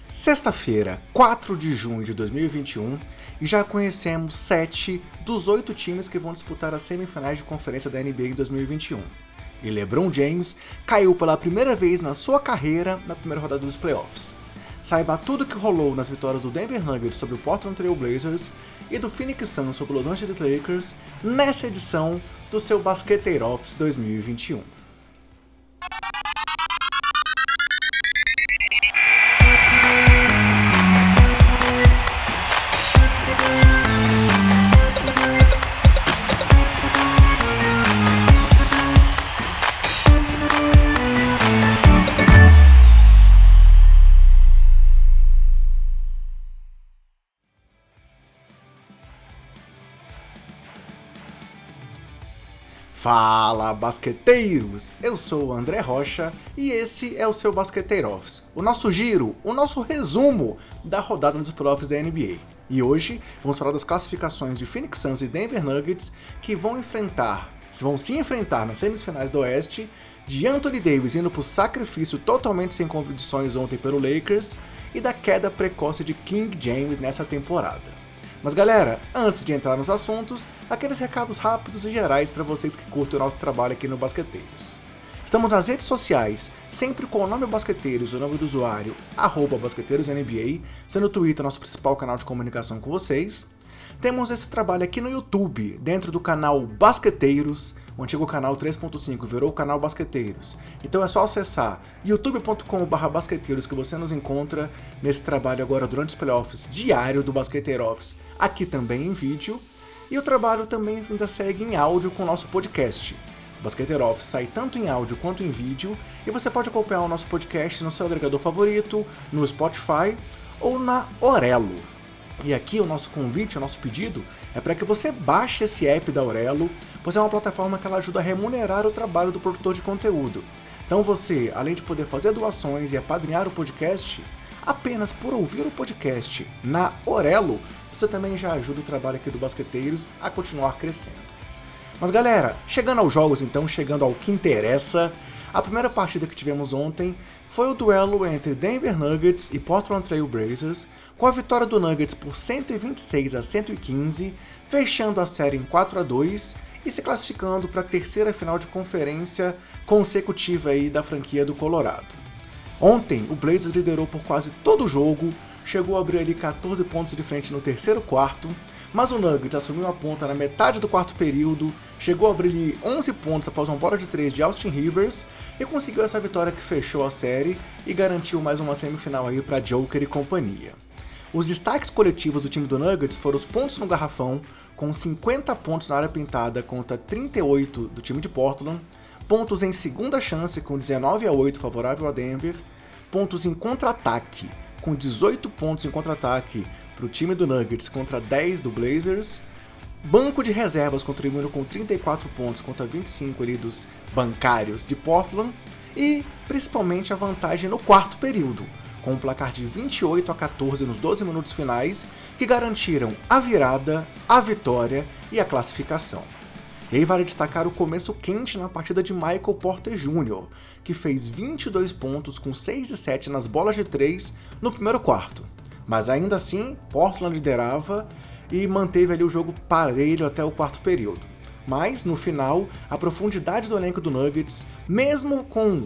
Sexta-feira, 4 de junho de 2021, e já conhecemos 7 dos 8 times que vão disputar as semifinais de conferência da NBA em 2021. E LeBron James caiu pela primeira vez na sua carreira na primeira rodada dos playoffs. Saiba tudo o que rolou nas vitórias do Denver Nuggets sobre o Portland Trail Blazers e do Phoenix Suns sobre os Los Angeles Lakers nessa edição do seu Basqueteiro Office 2021. Fala, basqueteiros! Eu sou o André Rocha e esse é o seu Basqueteiro Office, o nosso giro, o nosso resumo da rodada dos playoffs da NBA. E hoje vamos falar das classificações de Phoenix Suns e Denver Nuggets que vão se enfrentar nas semifinais do Oeste, de Anthony Davis indo para o sacrifício totalmente sem condições ontem pelo Lakers e da queda precoce de King James nessa temporada. Mas galera, antes de entrar nos assuntos, aqueles recados rápidos e gerais para vocês que curtem o nosso trabalho aqui no Basqueteiros. Estamos nas redes sociais, sempre com o nome Basqueteiros, o nome do usuário, @BasqueteirosNBA, sendo o Twitter nosso principal canal de comunicação com vocês. Temos esse trabalho aqui no YouTube, dentro do canal Basqueteiros, o antigo canal 3.5 virou o canal Basqueteiros. Então é só acessar youtube.com/basqueteiros que você nos encontra nesse trabalho agora durante os playoffs diário do Basqueteiro Office, aqui também em vídeo. E o trabalho também ainda segue em áudio com o nosso podcast. O Basqueteiro Office sai tanto em áudio quanto em vídeo e você pode acompanhar o nosso podcast no seu agregador favorito, no Spotify ou na Orelo. E aqui o nosso convite, o nosso pedido é para que você baixe esse app da Orelo, pois é uma plataforma que ela ajuda a remunerar o trabalho do produtor de conteúdo. Então você, além de poder fazer doações e apadrinhar o podcast, apenas por ouvir o podcast na Orelo, você também já ajuda o trabalho aqui do Basqueteiros a continuar crescendo. Mas galera, chegando aos jogos então, chegando ao que interessa, a primeira partida que tivemos ontem foi o duelo entre Denver Nuggets e Portland Trail Blazers, com a vitória do Nuggets por 126-115, fechando a série em 4-2 e se classificando para a terceira final de conferência consecutiva aí da franquia do Colorado. Ontem, o Blazers liderou por quase todo o jogo, chegou a abrir ali 14 pontos de frente no terceiro quarto, mas o Nuggets assumiu a ponta na metade do quarto período, chegou a abrir 11 pontos após uma bola de 3 de Austin Rivers e conseguiu essa vitória que fechou a série e garantiu mais uma semifinal aí para Joker e companhia. Os destaques coletivos do time do Nuggets foram os pontos no garrafão, com 50 pontos na área pintada contra 38 do time de Portland, pontos em segunda chance com 19-8 favorável a Denver, pontos em contra-ataque com 18 pontos em contra-ataque para o time do Nuggets contra 10 do Blazers, banco de reservas contribuindo com 34 pontos contra 25 ali dos bancários de Portland e principalmente a vantagem no quarto período, com um placar de 28-14 nos 12 minutos finais que garantiram a virada, a vitória e a classificação. E aí vale destacar o começo quente na partida de Michael Porter Jr., que fez 22 pontos com 6 e 7 nas bolas de 3 no primeiro quarto. Mas ainda assim, Portland liderava e manteve ali o jogo parelho até o quarto período. Mas, no final, a profundidade do elenco do Nuggets, mesmo com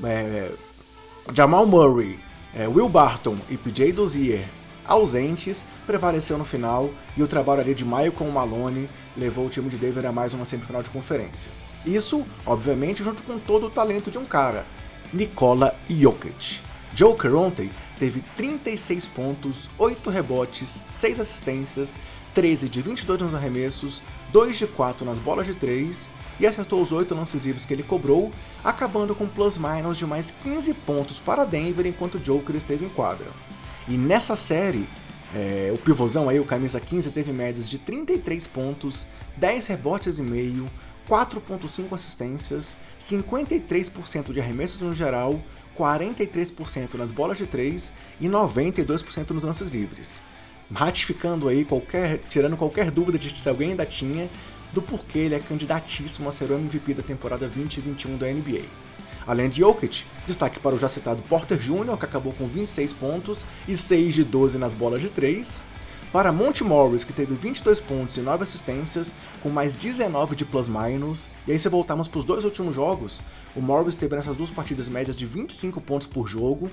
Jamal Murray, Will Barton e PJ Dozier ausentes, prevaleceu no final e o trabalho ali de Michael Malone levou o time de Denver a mais uma semifinal de conferência. Isso, obviamente, junto com todo o talento de um cara, Nikola Jokic. Joker ontem teve 36 pontos, 8 rebotes, 6 assistências, 13 de 22 nos arremessos, 2 de 4 nas bolas de 3 e acertou os 8 lances livres que ele cobrou, acabando com plus-minus de mais 15 pontos para Denver enquanto Joker esteve em quadra. E nessa série, o pivôzão aí, o camisa 15, teve médias de 33 pontos, 10 rebotes e meio, 4.5 assistências, 53% de arremessos no geral, 43% nas bolas de 3 e 92% nos lances livres. Ratificando aí tirando qualquer dúvida de se alguém ainda tinha, do porquê ele é candidatíssimo a ser o MVP da temporada 2021 da NBA. Além de Jokic, destaque para o já citado Porter Jr., que acabou com 26 pontos e 6 de 12 nas bolas de 3. Para Monte Morris, que teve 22 pontos e 9 assistências, com mais 19 de plus-minus. E aí se voltarmos para os dois últimos jogos, o Morris teve nessas duas partidas médias de 25 pontos por jogo.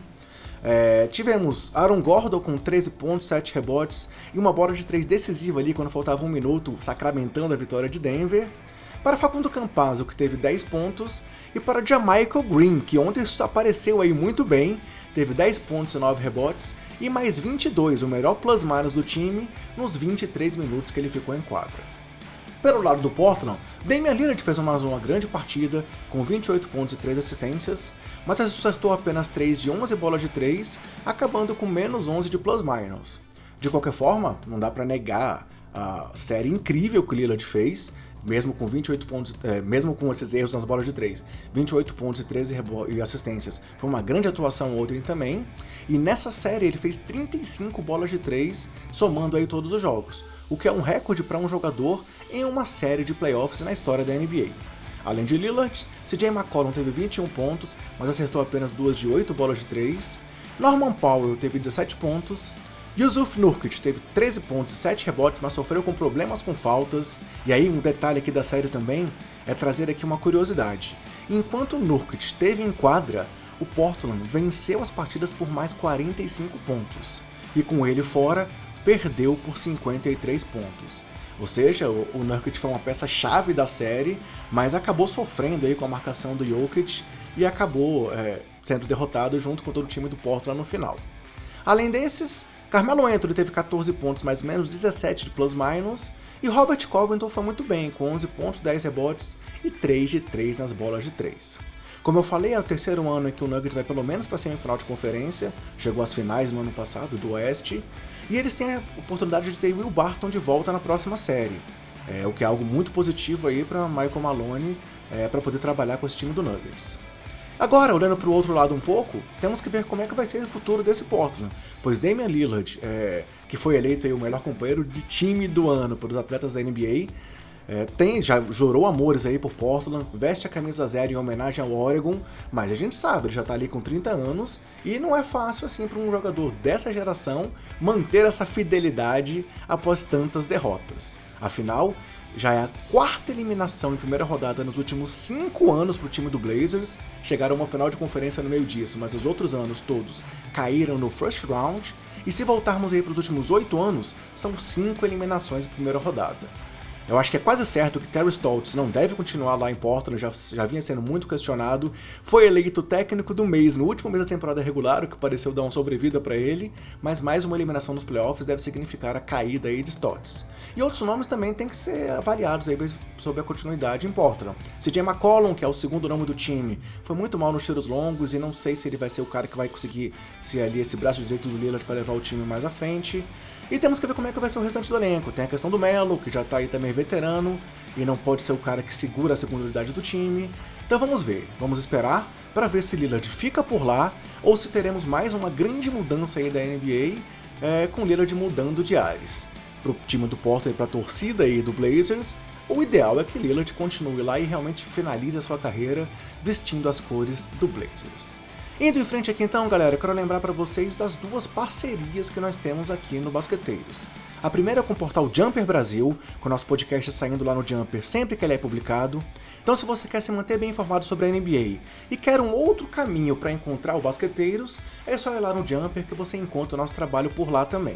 Tivemos Aaron Gordon com 13 pontos, 7 rebotes e uma bola de 3 decisiva ali quando faltava 1 minuto, sacramentando a vitória de Denver. Para Facundo Campazzo, que teve 10 pontos, e para JaMychal Green, que ontem apareceu aí muito bem, teve 10 pontos e 9 rebotes, e mais 22, o melhor plus-minus do time, nos 23 minutos que ele ficou em quadra. Pelo lado do Portland, Damian Lillard fez mais uma grande partida, com 28 pontos e 3 assistências, mas acertou apenas 3 de 11 bolas de 3, acabando com menos 11 de plus-minus. De qualquer forma, não dá para negar a série incrível que o Lillard fez, mesmo com 28 pontos, mesmo com esses erros nas bolas de 3, 28 pontos e 13 assistências. Foi uma grande atuação ontem também, e nessa série ele fez 35 bolas de 3, somando aí todos os jogos, o que é um recorde para um jogador em uma série de playoffs na história da NBA. Além de Lillard, CJ McCollum teve 21 pontos, mas acertou apenas 2 de 8 bolas de 3, Norman Powell teve 17 pontos, Jusuf Nurkic teve 13 pontos e 7 rebotes, mas sofreu com problemas com faltas. E aí um detalhe aqui da série também é trazer aqui uma curiosidade. Enquanto o Nurkic esteve em quadra, o Portland venceu as partidas por mais 45 pontos. E com ele fora, perdeu por 53 pontos. Ou seja, o Nurkic foi uma peça-chave da série, mas acabou sofrendo aí com a marcação do Jokic e acabou sendo derrotado junto com todo o time do Portland no final. Além desses, Carmelo Anthony teve 14 pontos, mais ou menos 17 de plus-minus, e Robert Covington foi muito bem, com 11 pontos, 10 rebotes e 3 de 3 nas bolas de 3. Como eu falei, é o terceiro ano em que o Nuggets vai pelo menos para a semifinal de conferência, chegou às finais no ano passado, do Oeste, e eles têm a oportunidade de ter Will Barton de volta na próxima série, o que é algo muito positivo aí para Michael Malone, para poder trabalhar com esse time do Nuggets. Agora, olhando para o outro lado um pouco, temos que ver como é que vai ser o futuro desse Portland, pois Damian Lillard, que foi eleito aí o melhor companheiro de time do ano pelos atletas da NBA, já jurou amores aí por Portland, veste a camisa 0 em homenagem ao Oregon, mas a gente sabe, ele já tá ali com 30 anos e não é fácil assim para um jogador dessa geração manter essa fidelidade após tantas derrotas. Afinal, já é a quarta eliminação em primeira rodada nos últimos 5 anos para o time do Blazers. Chegaram a uma final de conferência no meio disso, mas os outros anos todos caíram no first round. E se voltarmos aí para os últimos 8 anos, são 5 eliminações em primeira rodada. Eu acho que é quase certo que Terry Stotts não deve continuar lá em Portland, já vinha sendo muito questionado. Foi eleito técnico do mês no último mês da temporada regular, o que pareceu dar uma sobrevida para ele, mas mais uma eliminação nos playoffs deve significar a caída aí de Stotts. E outros nomes também têm que ser avaliados aí sobre a continuidade em Portland. CJ McCollum, que é o segundo nome do time, foi muito mal nos tiros longos e não sei se ele vai ser o cara que vai conseguir ser ali esse braço direito do Lillard para levar o time mais à frente. E temos que ver como é que vai ser o restante do elenco. Tem a questão do Melo, que já tá aí também veterano, e não pode ser o cara que segura a segunda unidade do time. Então vamos ver, vamos esperar para ver se Lillard fica por lá, ou se teremos mais uma grande mudança aí da NBA, com Lillard mudando de ares. Pro time do Portland e pra torcida aí do Blazers, o ideal é que Lillard continue lá e realmente finalize a sua carreira vestindo as cores do Blazers. Indo em frente aqui então, galera, eu quero lembrar para vocês das duas parcerias que nós temos aqui no Basqueteiros. A primeira é com o portal Jumper Brasil, com o nosso podcast saindo lá no Jumper sempre que ele é publicado. Então se você quer se manter bem informado sobre a NBA e quer um outro caminho para encontrar o Basqueteiros, é só ir lá no Jumper que você encontra o nosso trabalho por lá também.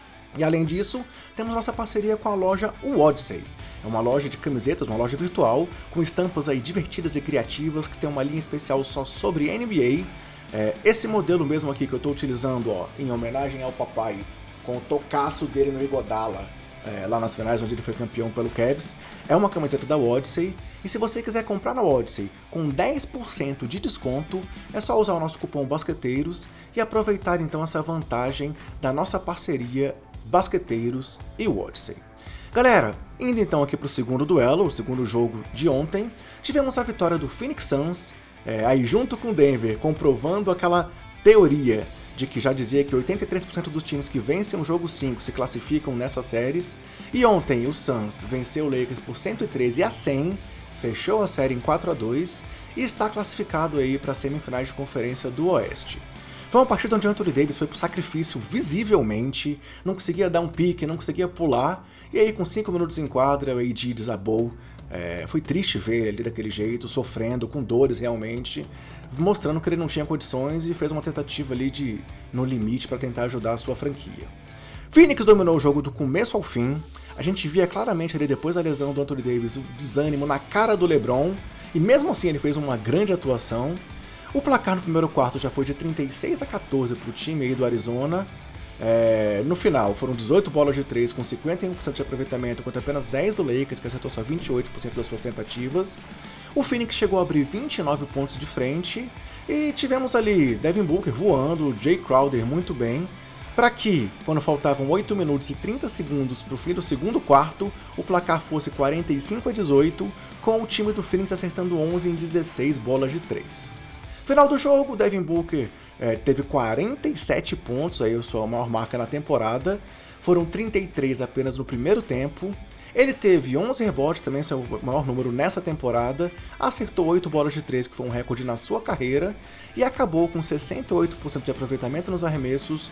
E além disso, temos nossa parceria com a loja Odyssey. É uma loja de camisetas, uma loja virtual, com estampas aí divertidas e criativas, que tem uma linha especial só sobre NBA. Esse modelo mesmo aqui que eu estou utilizando, em homenagem ao papai, com o tocaço dele no Iguodala, lá nas finais onde ele foi campeão pelo Cavs, é uma camiseta da Odyssey, e se você quiser comprar na Odyssey com 10% de desconto, é só usar o nosso cupom Basqueteiros e aproveitar então essa vantagem da nossa parceria Basqueteiros e Odyssey. Galera, indo então aqui para o segundo duelo, o segundo jogo de ontem, tivemos a vitória do Phoenix Suns, aí junto com Denver, comprovando aquela teoria de que já dizia que 83% dos times que vencem o jogo 5 se classificam nessas séries, e ontem o Suns venceu o Lakers por 113-100, fechou a série em 4-2, e está classificado aí para as semifinais de conferência do Oeste. Foi uma partida onde Anthony Davis foi pro sacrifício visivelmente, não conseguia dar um pique, não conseguia pular, e aí com 5 minutos em quadra o AD desabou. Foi triste ver ele ali daquele jeito, sofrendo, com dores realmente, mostrando que ele não tinha condições e fez uma tentativa ali de no limite para tentar ajudar a sua franquia. Phoenix dominou o jogo do começo ao fim, a gente via claramente ali depois da lesão do Anthony Davis o desânimo na cara do LeBron, e mesmo assim ele fez uma grande atuação. O placar no primeiro quarto já foi de 36-14 para o time aí do Arizona. No final, foram 18 bolas de 3 com 51% de aproveitamento contra apenas 10 do Lakers, que acertou só 28% das suas tentativas. O Phoenix chegou a abrir 29 pontos de frente e tivemos ali Devin Booker voando, Jay Crowder muito bem, para que, quando faltavam 8 minutos e 30 segundos para o fim do segundo quarto, o placar fosse 45-18, com o time do Phoenix acertando 11 em 16 bolas de 3. Final do jogo, Devin Booker teve 47 pontos, aí a sua maior marca na temporada, foram 33 apenas no primeiro tempo. Ele teve 11 rebotes, também seu maior número nessa temporada, acertou 8 bolas de 3, que foi um recorde na sua carreira, e acabou com 68% de aproveitamento nos arremessos,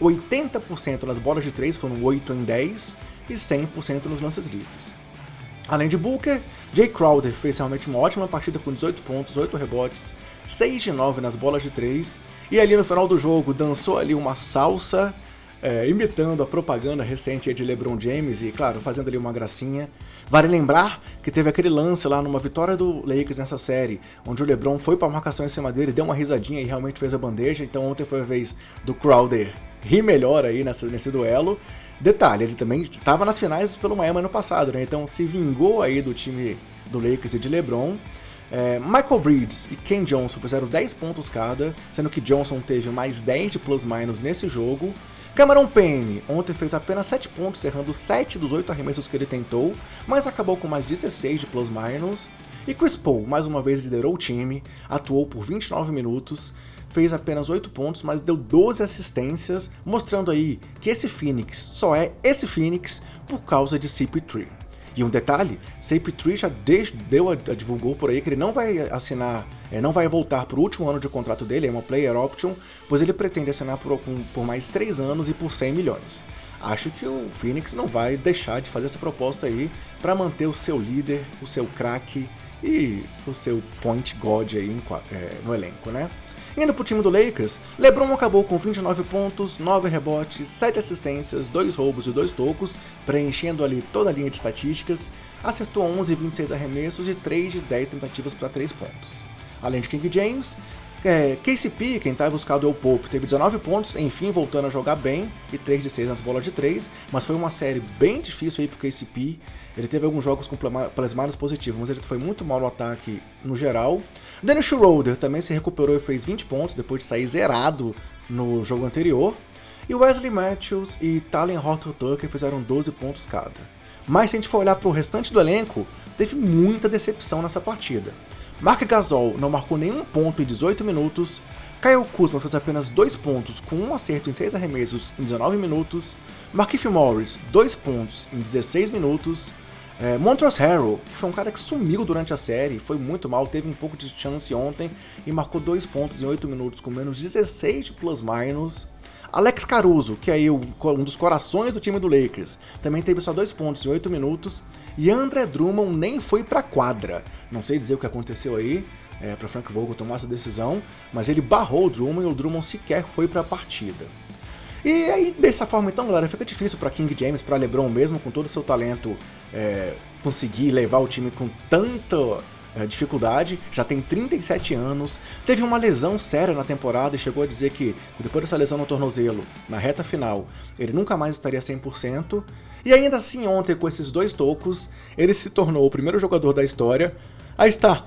80% nas bolas de 3, foram 8 em 10, e 100% nos lances livres. Além de Booker, Jay Crowder fez realmente uma ótima partida com 18 pontos, 8 rebotes, 6 de 9 nas bolas de 3, e ali no final do jogo dançou ali uma salsa, imitando a propaganda recente de LeBron James e, claro, fazendo ali uma gracinha. Vale lembrar que teve aquele lance lá numa vitória do Lakers nessa série, onde o LeBron foi para a marcação em cima dele, deu uma risadinha e realmente fez a bandeja, então ontem foi a vez do Crowder rir melhor aí nesse duelo. Detalhe, ele também estava nas finais pelo Miami ano passado, né? Então se vingou aí do time do Lakers e de LeBron. Michael Bridges e Ken Johnson fizeram 10 pontos cada, sendo que Johnson teve mais 10 de plus-minus nesse jogo. Cameron Payne ontem fez apenas 7 pontos, errando 7 dos 8 arremessos que ele tentou, mas acabou com mais 16 de plus-minus. E Chris Paul, mais uma vez, liderou o time, atuou por 29 minutos, fez apenas 8 pontos, mas deu 12 assistências, mostrando aí que esse Phoenix só é esse Phoenix por causa de CP3. E um detalhe, CP3 já divulgou por aí que ele não vai assinar, não vai voltar para o último ano de contrato dele, é uma player option, pois ele pretende assinar por mais 3 anos e por 100 milhões. Acho que o Phoenix não vai deixar de fazer essa proposta aí para manter o seu líder, o seu craque e o seu point god aí no elenco, né? Indo pro time do Lakers, LeBron acabou com 29 pontos, 9 rebotes, 7 assistências, 2 roubos e 2 tocos, preenchendo ali toda a linha de estatísticas, acertou 11 e 26 arremessos e 3 de 10 tentativas para 3 pontos. Além de King James, KCP, quem tá buscado é o Pope, teve 19 pontos, enfim voltando a jogar bem, e 3 de 6 nas bolas de 3, mas foi uma série bem difícil aí pro KCP, ele teve alguns jogos com plus-minus positivos, mas ele foi muito mal no ataque no geral. Dennis Schroeder também se recuperou e fez 20 pontos depois de sair zerado no jogo anterior, e Wesley Matthews e Talen Horton-Tucker fizeram 12 pontos cada. Mas se a gente for olhar para o restante do elenco, teve muita decepção nessa partida. Marc Gasol não marcou nenhum ponto em 18 minutos, Kyle Kuzma fez apenas 2 pontos com um acerto em 6 arremessos em 19 minutos, Markieff Morris 2 pontos em 16 minutos, Montrezl Harrell, que foi um cara que sumiu durante a série, foi muito mal, teve um pouco de chance ontem e marcou 2 pontos em 8 minutos com menos 16 de plus-minus. Alex Caruso, que é aí um dos corações do time do Lakers, também teve só 2 pontos em 8 minutos, e Andre Drummond nem foi pra quadra. Não sei dizer o que aconteceu aí, para Frank Vogel tomar essa decisão, mas ele barrou o Drummond e o Drummond sequer foi pra partida. E aí, dessa forma então, galera, fica difícil para King James, para LeBron mesmo, com todo o seu talento, conseguir levar o time com tanta dificuldade. Já tem 37 anos, teve uma lesão séria na temporada e chegou a dizer que, depois dessa lesão no tornozelo, na reta final, ele nunca mais estaria 100%. E ainda assim, ontem, com esses 2 tocos, ele se tornou o primeiro jogador da história a estar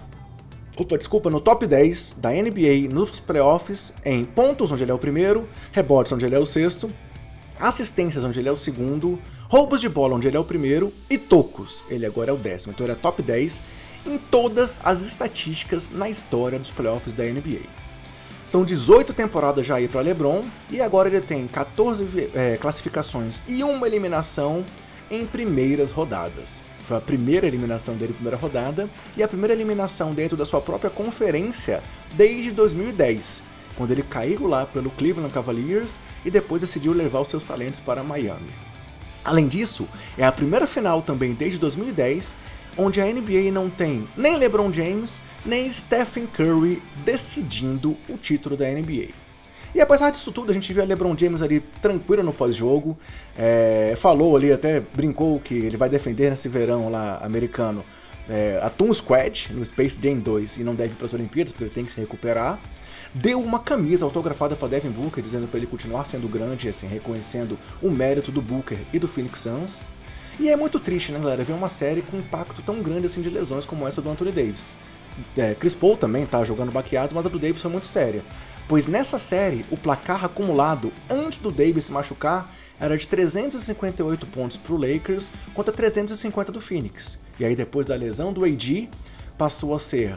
no top 10 da NBA nos playoffs em pontos, onde ele é o primeiro, rebotes, onde ele é o sexto, assistências, onde ele é o segundo, roubos de bola, onde ele é o primeiro, e tocos, ele agora é o 10º, então ele é top 10 em todas as estatísticas na história dos playoffs da NBA. São 18 temporadas já aí para LeBron, e agora ele tem 14 classificações e uma eliminação em primeiras rodadas. Foi a primeira eliminação dele na primeira rodada e a primeira eliminação dentro da sua própria conferência desde 2010, quando ele caiu lá pelo Cleveland Cavaliers e depois decidiu levar os seus talentos para Miami. Além disso, é a primeira final também desde 2010, onde a NBA não tem nem LeBron James, nem Stephen Curry decidindo o título da NBA. E apesar disso tudo, a gente viu a LeBron James ali tranquilo no pós-jogo, falou ali, até brincou que ele vai defender nesse verão lá americano a Toon Squad no Space Jam 2 e não deve ir para as Olimpíadas porque ele tem que se recuperar. Deu uma camisa autografada para Devin Booker, dizendo para ele continuar sendo grande, assim, reconhecendo o mérito do Booker e do Phoenix Suns. E é muito triste, né, galera, ver uma série com um impacto tão grande assim de lesões como essa do Anthony Davis. Chris Paul também tá jogando baqueado, mas a do Davis foi muito séria. Pois nessa série, o placar acumulado antes do Davis se machucar era de 358 pontos para o Lakers contra 350 do Phoenix. E aí depois da lesão do AD, passou a ser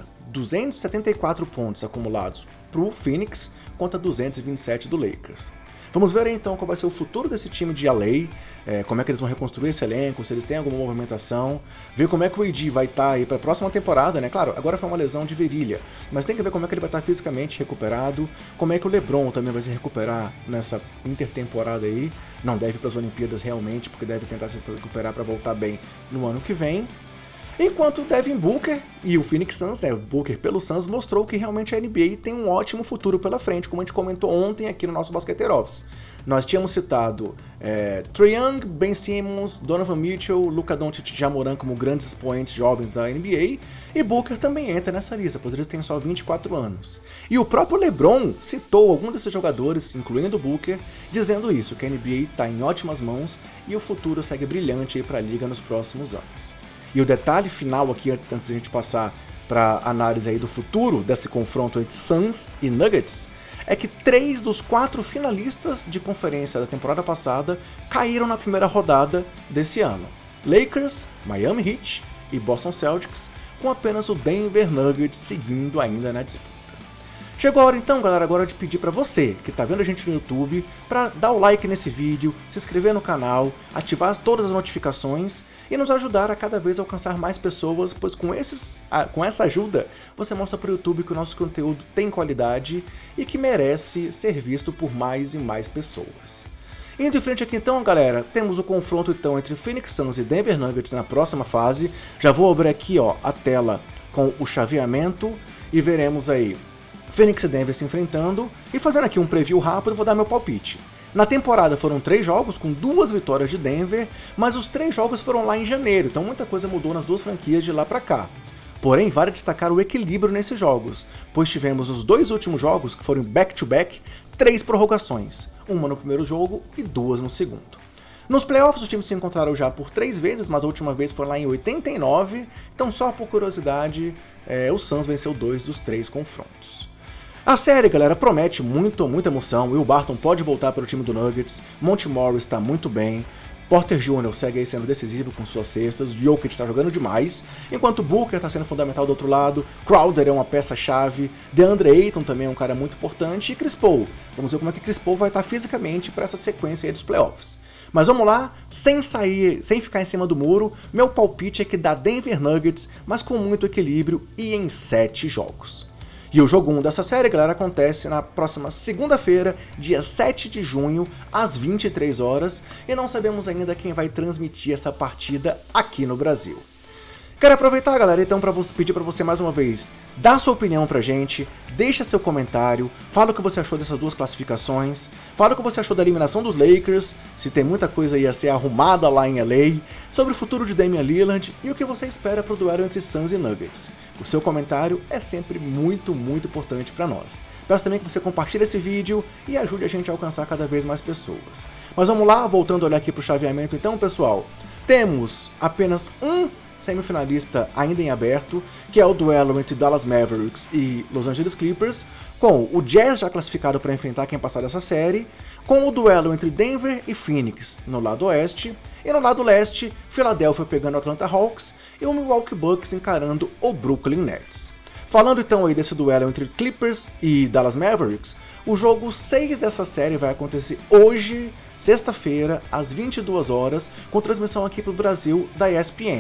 274 pontos acumulados para o Phoenix contra 227 do Lakers. Vamos ver aí, então qual vai ser o futuro desse time de LA, como é que eles vão reconstruir esse elenco, se eles têm alguma movimentação, ver como é que o AD vai estar aí para a próxima temporada, né? Claro, agora foi uma lesão de virilha, mas tem que ver como é que ele vai estar fisicamente recuperado, como é que o LeBron também vai se recuperar nessa intertemporada aí, não deve ir para as Olimpíadas realmente, porque deve tentar se recuperar para voltar bem no ano que vem. Enquanto o Devin Booker e o Phoenix Suns, o Booker pelo Suns, mostrou que realmente a NBA tem um ótimo futuro pela frente, como a gente comentou ontem aqui no nosso Basqueteiro Office. Nós tínhamos citado Trae Young, Ben Simmons, Donovan Mitchell, Luka Doncic e Ja Morant como grandes expoentes jovens da NBA, e Booker também entra nessa lista, pois eles têm só 24 anos. E o próprio LeBron citou alguns desses jogadores, incluindo o Booker, dizendo isso, que a NBA está em ótimas mãos e o futuro segue brilhante para a liga nos próximos anos. E o detalhe final aqui, antes de a gente passar para a análise aí do futuro desse confronto entre Suns e Nuggets, é que 3 dos 4 finalistas de conferência da temporada passada caíram na primeira rodada desse ano. Lakers, Miami Heat e Boston Celtics, com apenas o Denver Nuggets seguindo ainda na disputa. Chegou a hora então, galera, agora de pedir para você, que está vendo a gente no YouTube, para dar o like nesse vídeo, se inscrever no canal, ativar todas as notificações e nos ajudar a cada vez alcançar mais pessoas, pois com essa ajuda você mostra para o YouTube que o nosso conteúdo tem qualidade e que merece ser visto por mais e mais pessoas. Indo em frente aqui então, galera, temos o confronto então entre Phoenix Suns e Denver Nuggets na próxima fase. Já vou abrir aqui a tela com o chaveamento e veremos aí Phoenix e Denver se enfrentando, e fazendo aqui um preview rápido, vou dar meu palpite. Na temporada foram 3 jogos, com 2 vitórias de Denver, mas os 3 jogos foram lá em janeiro, então muita coisa mudou nas duas franquias de lá pra cá. Porém, vale destacar o equilíbrio nesses jogos, pois tivemos os 2 últimos jogos, que foram back-to-back, 3 prorrogações, uma no primeiro jogo e 2 no segundo. Nos playoffs os times se encontraram já por 3 vezes, mas a última vez foi lá em 89, então só por curiosidade, o Suns venceu 2 dos 3 confrontos. A série, galera, promete muita emoção. Will Barton pode voltar para o time do Nuggets, Monte Morris está muito bem, Porter Jr. segue aí sendo decisivo com suas cestas, Jokic está jogando demais, enquanto Booker está sendo fundamental do outro lado, Crowder é uma peça-chave, DeAndre Ayton também é um cara muito importante, e Chris Paul. Vamos ver como é que Chris Paul vai estar fisicamente para essa sequência aí dos playoffs. Mas vamos lá, sem ficar em cima do muro, meu palpite é que dá Denver Nuggets, mas com muito equilíbrio e em 7 jogos. E o jogo 1 dessa série, galera, acontece na próxima segunda-feira, dia 7 de junho, às 23 horas, e não sabemos ainda quem vai transmitir essa partida aqui no Brasil. Quero aproveitar, galera, então, para pedir para você mais uma vez, dá sua opinião pra gente, deixa seu comentário, fala o que você achou dessas duas classificações, fala o que você achou da eliminação dos Lakers, se tem muita coisa aí a ser arrumada lá em LA, sobre o futuro de Damian Lillard e o que você espera pro duelo entre Suns e Nuggets. O seu comentário é sempre muito importante para nós. Peço também que você compartilhe esse vídeo e ajude a gente a alcançar cada vez mais pessoas. Mas vamos lá, voltando a olhar aqui pro chaveamento então, pessoal, temos apenas um semifinalista ainda em aberto, que é o duelo entre Dallas Mavericks e Los Angeles Clippers, com o Jazz já classificado para enfrentar quem passar dessa série, com o duelo entre Denver e Phoenix no lado oeste, e no lado leste, Philadelphia pegando o Atlanta Hawks e o Milwaukee Bucks encarando o Brooklyn Nets. Falando então aí desse duelo entre Clippers e Dallas Mavericks, o jogo 6 dessa série vai acontecer hoje, sexta-feira, às 22 horas, com transmissão aqui para o Brasil da ESPN.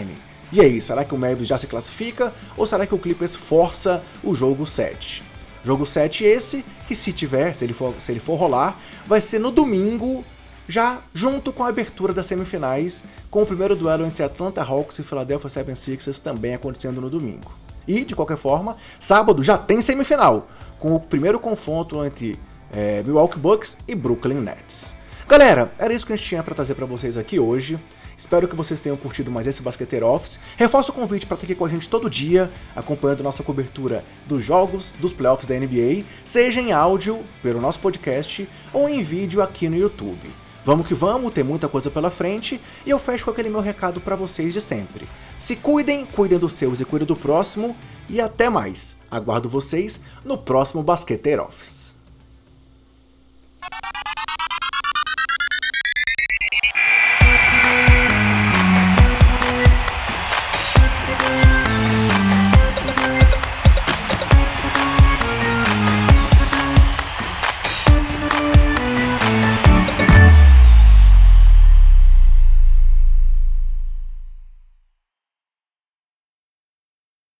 E aí, será que o Mavericks já se classifica ou será que o Clippers força o jogo 7? Jogo 7 esse que se ele for rolar, vai ser no domingo, já junto com a abertura das semifinais, com o primeiro duelo entre Atlanta Hawks e Philadelphia 76ers também acontecendo no domingo. E, de qualquer forma, sábado já tem semifinal, com o primeiro confronto entre Milwaukee Bucks e Brooklyn Nets. Galera, era isso que a gente tinha para trazer para vocês aqui hoje. Espero que vocês tenham curtido mais esse Basqueteiro Office. Reforço o convite para estar aqui com a gente todo dia, acompanhando nossa cobertura dos jogos dos playoffs da NBA, seja em áudio, pelo nosso podcast, ou em vídeo aqui no YouTube. Vamos que vamos, tem muita coisa pela frente, e eu fecho com aquele meu recado para vocês de sempre. Se cuidem, cuidem dos seus e cuidem do próximo, e até mais. Aguardo vocês no próximo Basqueteiro Office.